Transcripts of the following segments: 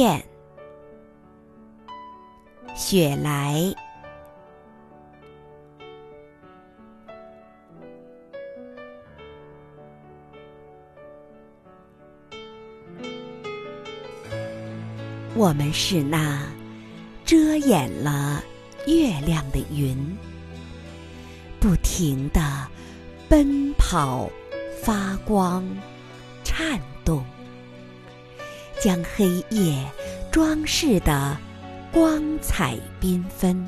变。雪莱。我们是那遮掩了月亮的云，不停地奔跑、发光、颤动，将黑夜装饰得光彩缤纷。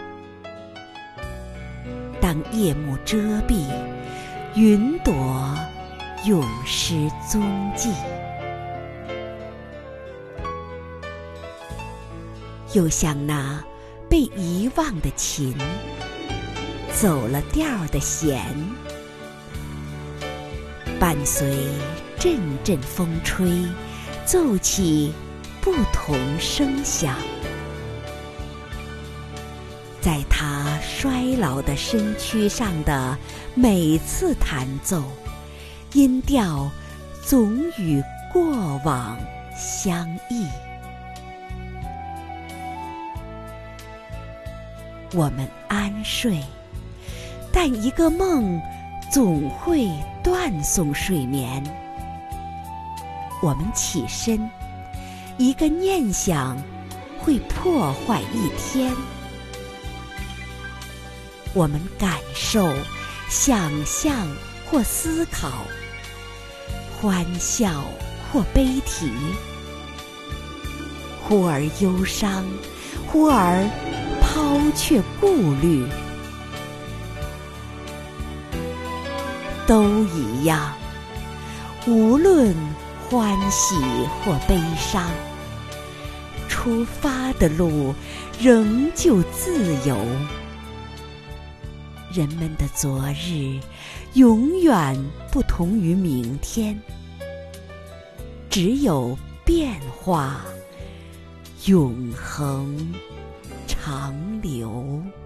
当夜幕遮蔽，云朵永失踪迹。又像那被遗忘的琴，走了调的弦，伴随阵阵风吹，奏起不同声响。在他衰老的身躯上的每次弹奏，音调总与过往相异。我们安睡，但一个梦总会断送睡眠。我们起身，一个念想会破坏一天。我们感受、想象或思考，欢笑或悲啼，忽而忧伤，忽而抛却顾虑，都一样。无论欢喜或悲伤，出发的路仍旧自由。人们的昨日永远不同于明天，只有变化，永恒长流。